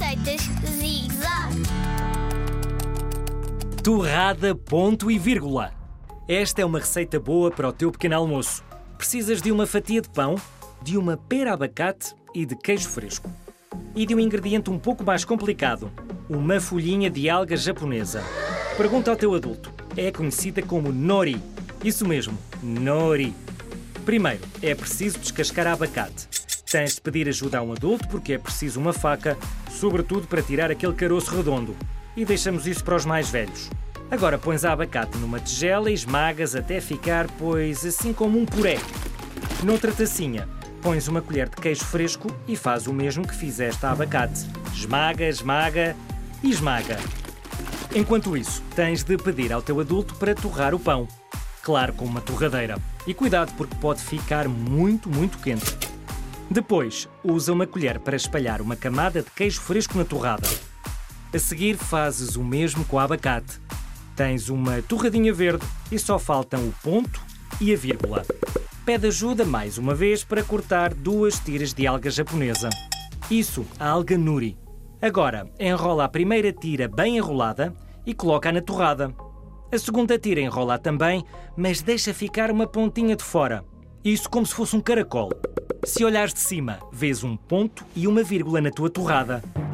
receitas Zig-Zag. Torrada, ponto e vírgula. Esta é uma receita boa para o teu pequeno almoço. Precisas de uma fatia de pão, de uma pera abacate e de queijo fresco. E de um ingrediente um pouco mais complicado, uma folhinha de alga japonesa. Pergunta ao teu adulto. É conhecida como nori. Isso mesmo, nori. Primeiro, é preciso descascar a abacate. Tens de pedir ajuda a um adulto porque é preciso uma faca, sobretudo para tirar aquele caroço redondo. E deixamos isso para os mais velhos. Agora pões a abacate numa tigela e esmagas até ficar, assim como um puré. Noutra tacinha, pões uma colher de queijo fresco e faz o mesmo que fizeste a abacate. Esmaga, esmaga e esmaga. Enquanto isso, tens de pedir ao teu adulto para torrar o pão. Claro, com uma torradeira. E cuidado, porque pode ficar muito, muito quente. Depois, usa uma colher para espalhar uma camada de queijo fresco na torrada. A seguir, fazes o mesmo com o abacate. Tens uma torradinha verde e só faltam o ponto e a vírgula. Pede ajuda mais uma vez para cortar 2 tiras de alga japonesa. Isso, a alga nori. Agora, enrola a primeira tira bem enrolada e coloca-a na torrada. A segunda tira enrola também, mas deixa ficar uma pontinha de fora. Isso como se fosse um caracol. Se olhares de cima, vês um ponto e uma vírgula na tua torrada.